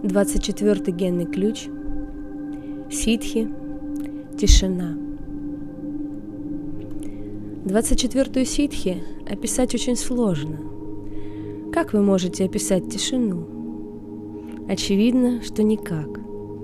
24-й генный ключ, ситхи, тишина. 24-ю ситхи описать очень сложно. Как вы можете описать тишину? Очевидно, что никак.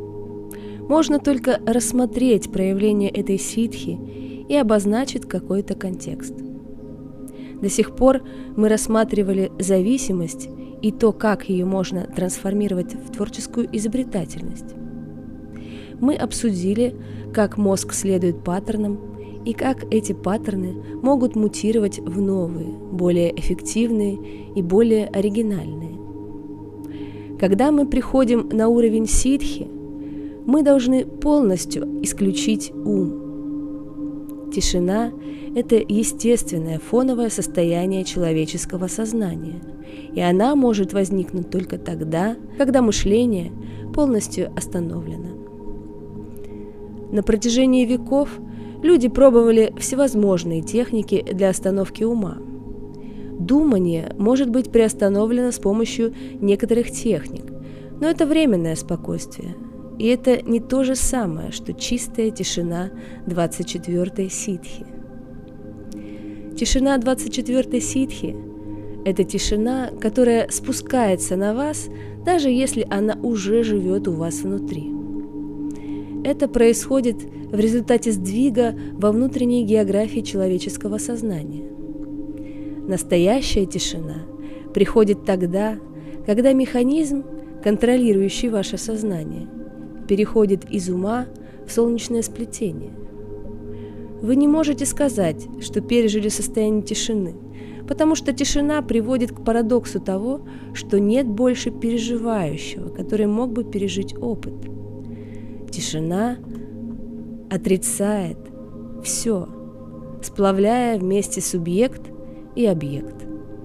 Можно только рассмотреть проявление этой ситхи и обозначить какой-то контекст. До сих пор мы рассматривали зависимость и то, как ее можно трансформировать в творческую изобретательность. Мы обсудили, как мозг следует паттернам и как эти паттерны могут мутировать в новые, более эффективные и более оригинальные. Когда мы приходим на уровень ситхи, мы должны полностью исключить ум. Тишина – это естественное фоновое состояние человеческого сознания, и она может возникнуть только тогда, когда мышление полностью остановлено. На протяжении веков люди пробовали всевозможные техники для остановки ума. Думание может быть приостановлено с помощью некоторых техник, но это временное спокойствие, и это не то же самое, что чистая тишина 24-й ситхи. Тишина 24-й ситхи – это тишина, которая спускается на вас, даже если она уже живет у вас внутри. Это происходит в результате сдвига во внутренней географии человеческого сознания. Настоящая тишина приходит тогда, когда механизм, контролирующий ваше сознание, переходит из ума в солнечное сплетение. Вы не можете сказать, что пережили состояние тишины, потому что тишина приводит к парадоксу того, что нет больше переживающего, который мог бы пережить опыт. Тишина отрицает все, сплавляя вместе субъект и объект.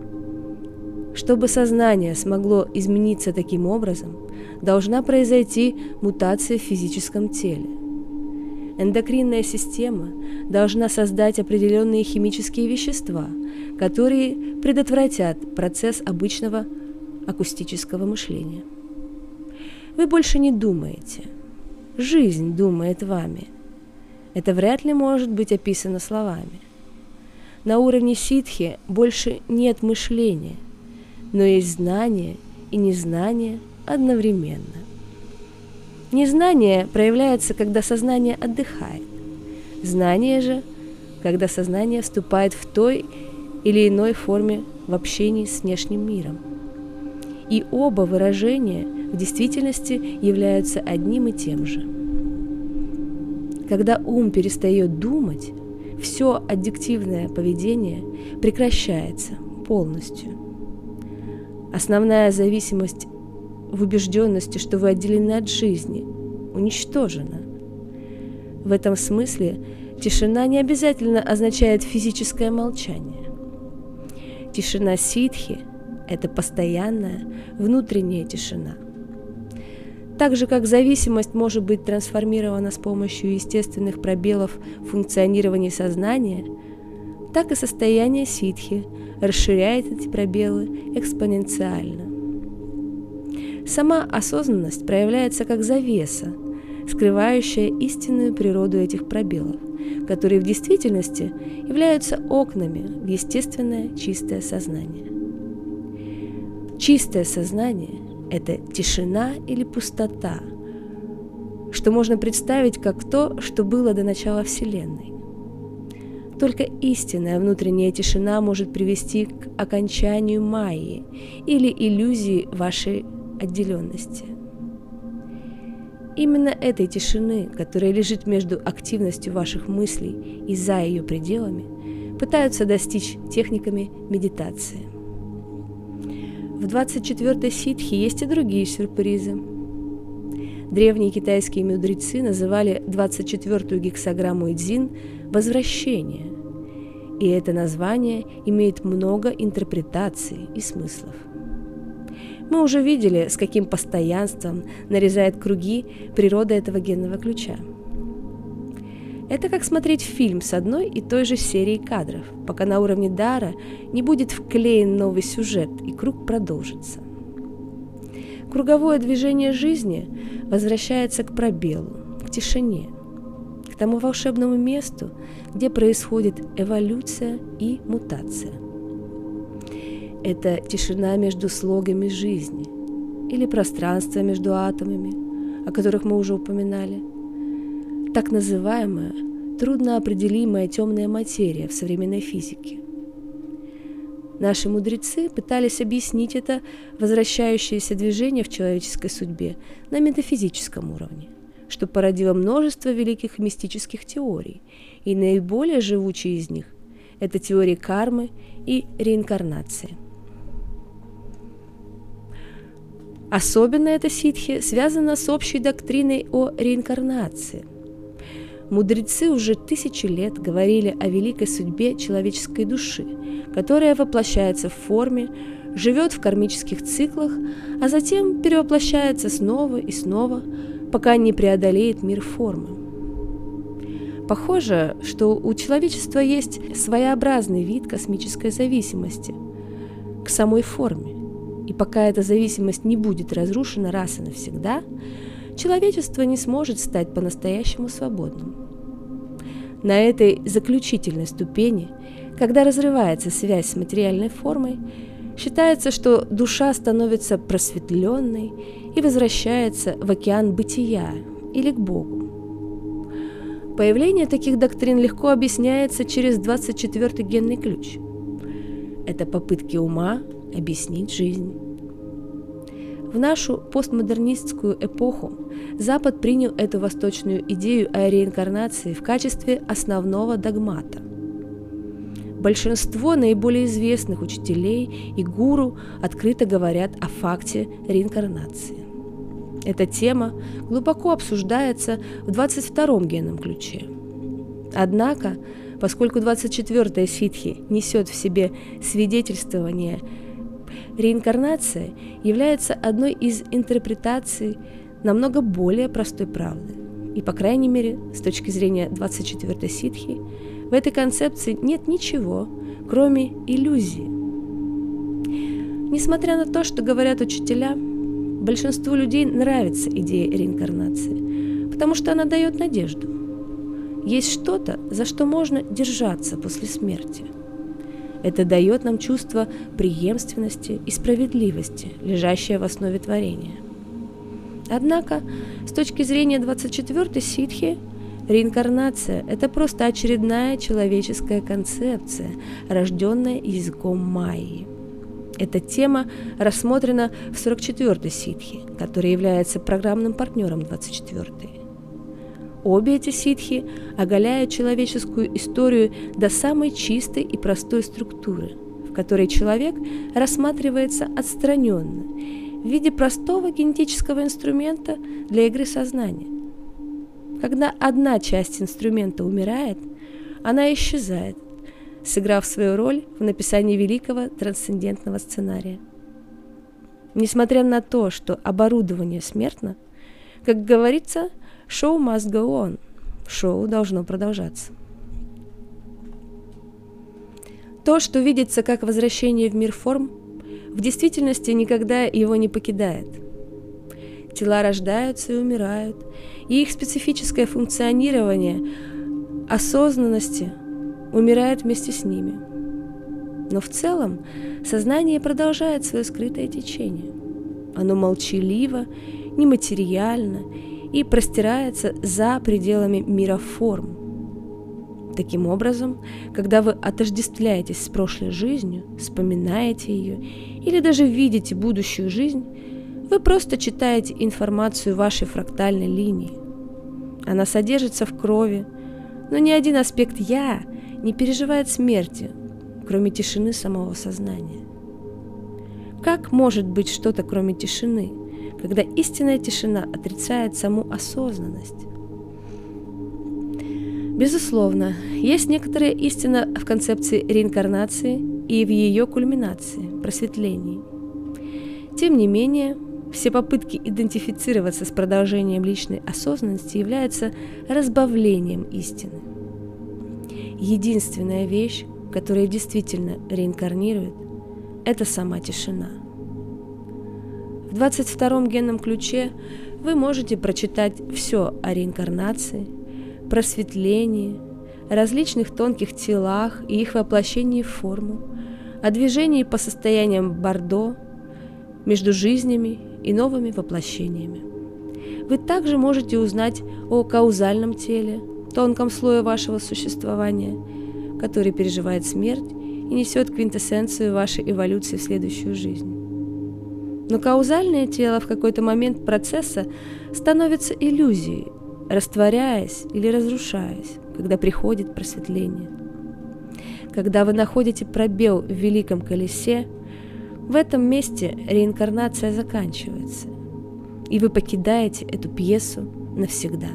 Чтобы сознание смогло измениться таким образом, должна произойти мутация в физическом теле. Эндокринная система должна создать определенные химические вещества, которые предотвратят процесс обычного акустического мышления. Вы больше не думаете. Жизнь думает вами. Это вряд ли может быть описано словами. На уровне ситхи больше нет мышления, но есть знание и незнание одновременно. Незнание проявляется, когда сознание отдыхает. Знание же, когда сознание вступает в той или иной форме в общении с внешним миром. И оба выражения в действительности являются одним и тем же. Когда ум перестает думать, все аддиктивное поведение прекращается полностью. Основная зависимость в убежденности, что вы отделены от жизни, уничтожена. В этом смысле тишина не обязательно означает физическое молчание. Тишина ситхи – это постоянная внутренняя тишина. Так же, как зависимость может быть трансформирована с помощью естественных пробелов в функционировании сознания, так и состояние ситхи расширяет эти пробелы экспоненциально. Сама осознанность проявляется как завеса, скрывающая истинную природу этих пробелов, которые в действительности являются окнами в естественное чистое сознание. Чистое сознание – это тишина или пустота, что можно представить как то, что было до начала Вселенной. Только истинная внутренняя тишина может привести к окончанию майи или иллюзии вашей отделенности. Именно этой тишины, которая лежит между активностью ваших мыслей и за ее пределами, пытаются достичь техниками медитации. В 24-й ситхи есть и другие сюрпризы. Древние китайские мудрецы называли 24-ю гексаграмму Идзин «возвращение», и это название имеет много интерпретаций и смыслов. Мы уже видели, с каким постоянством нарезает круги природа этого генного ключа. Это как смотреть фильм с одной и той же серией кадров, пока на уровне дара не будет вклеен новый сюжет и круг продолжится. Круговое движение жизни возвращается к пробелу, к тишине, к тому волшебному месту, где происходит эволюция и мутация. Это тишина между слогами жизни или пространство между атомами, о которых мы уже упоминали. Так называемая, трудноопределимая темная материя в современной физике. Наши мудрецы пытались объяснить это возвращающееся движение в человеческой судьбе на метафизическом уровне, что породило множество великих мистических теорий, и наиболее живучие из них – это теории кармы и реинкарнации. Особенно эта ситхи связана с общей доктриной о реинкарнации. Мудрецы уже тысячи лет говорили о великой судьбе человеческой души, которая воплощается в форме, живет в кармических циклах, а затем перевоплощается снова и снова, пока не преодолеет мир формы. Похоже, что у человечества есть своеобразный вид космической зависимости к самой форме, и пока эта зависимость не будет разрушена раз и навсегда, человечество не сможет стать по-настоящему свободным. На этой заключительной ступени, когда разрывается связь с материальной формой, считается, что душа становится просветленной и возвращается в океан бытия или к Богу. Появление таких доктрин легко объясняется через 24-й генный ключ. Это попытки ума объяснить жизнь. В нашу постмодернистскую эпоху Запад принял эту восточную идею о реинкарнации в качестве основного догмата. Большинство наиболее известных учителей и гуру открыто говорят о факте реинкарнации. Эта тема глубоко обсуждается в 22-м генном ключе. Однако, поскольку 24-я ситхи несет в себе свидетельствование, реинкарнация является одной из интерпретаций намного более простой правды. И, по крайней мере, с точки зрения 24-й ситхи, в этой концепции нет ничего, кроме иллюзии. Несмотря на то, что говорят учителя, большинству людей нравится идея реинкарнации, потому что она дает надежду. Есть что-то, за что можно держаться после смерти. Это дает нам чувство преемственности и справедливости, лежащее в основе творения. Однако, с точки зрения 24-й ситхи, реинкарнация – это просто очередная человеческая концепция, рожденная языком майи. Эта тема рассмотрена в 44-й ситхи, который является программным партнером 24-й. Обе эти ситхи оголяют человеческую историю до самой чистой и простой структуры, в которой человек рассматривается отстраненно, в виде простого генетического инструмента для игры сознания. Когда одна часть инструмента умирает, она исчезает, сыграв свою роль в написании великого трансцендентного сценария. Несмотря на то, что оборудование смертно, как говорится, show must go on, шоу должно продолжаться. То, что видится как возвращение в мир форм, в действительности никогда его не покидает. Тела рождаются и умирают, и их специфическое функционирование осознанности умирает вместе с ними. Но в целом сознание продолжает свое скрытое течение. Оно молчаливо, нематериально и простирается за пределами мира форм. Таким образом, когда вы отождествляетесь с прошлой жизнью, вспоминаете ее или даже видите будущую жизнь, вы просто читаете информацию вашей фрактальной линии. Она содержится в крови, но ни один аспект «я» не переживает смерти, кроме тишины самого сознания. Как может быть что-то, кроме тишины, когда истинная тишина отрицает саму осознанность? Безусловно, есть некоторая истина в концепции реинкарнации и в ее кульминации, просветлении. Тем не менее, все попытки идентифицироваться с продолжением личной осознанности являются разбавлением истины. Единственная вещь, которая действительно реинкарнирует, это сама тишина. В В 22-м генном ключе вы можете прочитать все о реинкарнации, просветлении, различных тонких телах и их воплощении в форму, о движении по состояниям Бордо, между жизнями и новыми воплощениями. Вы также можете узнать о каузальном теле, тонком слое вашего существования, который переживает смерть и несет квинтэссенцию вашей эволюции в следующую жизнь. Но каузальное тело в какой-то момент процесса становится иллюзией, растворяясь или разрушаясь, когда приходит просветление. Когда вы находите пробел в великом колесе, в этом месте реинкарнация заканчивается, и вы покидаете эту пьесу навсегда.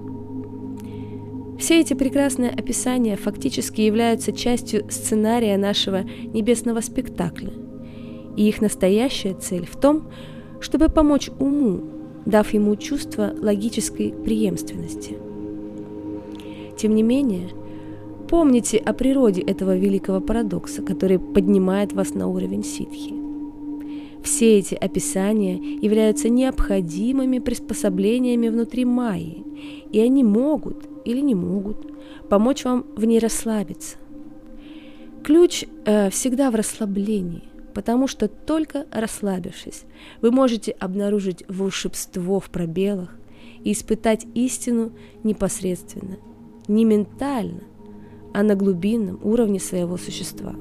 Все эти прекрасные описания фактически являются частью сценария нашего небесного спектакля, и их настоящая цель в том, чтобы помочь уму, дав ему чувство логической преемственности. Тем не менее, помните о природе этого великого парадокса, который поднимает вас на уровень ситхи. Все эти описания являются необходимыми приспособлениями внутри майи, и они могут или не могут помочь вам в ней расслабиться. Ключ всегда в расслаблении, потому что только расслабившись, вы можете обнаружить волшебство в пробелах и испытать истину непосредственно, не ментально, а на глубинном уровне своего существа.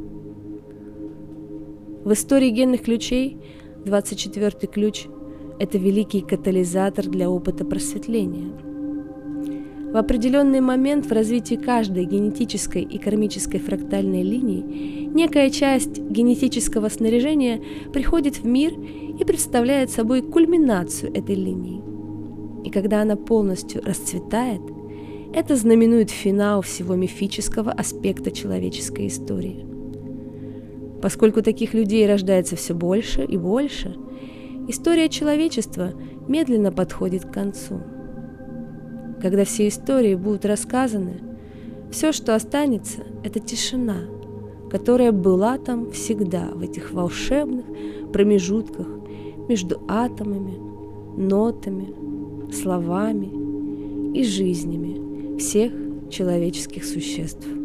В истории генных ключей 24-й ключ – это великий катализатор для опыта просветления. В определенный момент в развитии каждой генетической и кармической фрактальной линии некая часть генетического снаряжения приходит в мир и представляет собой кульминацию этой линии. И когда она полностью расцветает, это знаменует финал всего мифического аспекта человеческой истории. Поскольку таких людей рождается все больше и больше, история человечества медленно подходит к концу. Когда все истории будут рассказаны, все, что останется, это тишина, которая была там всегда, в этих волшебных промежутках между атомами, нотами, словами и жизнями всех человеческих существ.